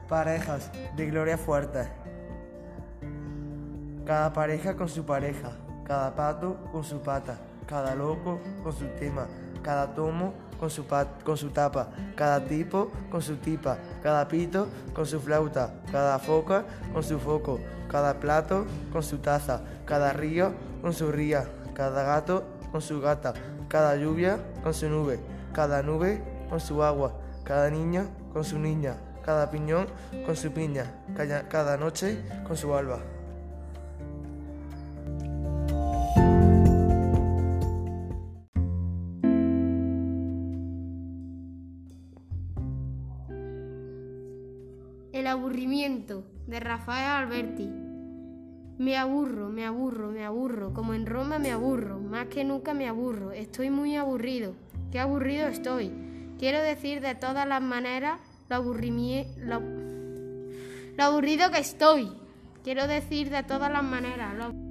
Parejas de Gloria Fuertes. Cada pareja con su pareja, cada pato con su pata, cada loco con su tema, cada tomo con su tapa, cada tipo con su tipa, cada pito con su flauta, cada foca con su foco, cada plato con su taza, cada río con su ría, cada gato con su gata, cada lluvia con su nube, cada nube con su agua, cada niño con su niña, cada piñón con su piña, cada noche con su alba. El aburrimiento, de Rafael Alberti. Me aburro, como en Roma me aburro, más que nunca me aburro, estoy muy aburrido, qué aburrido estoy. Quiero decir de todas las maneras lo aburrido que estoy. Quiero decir de todas las maneras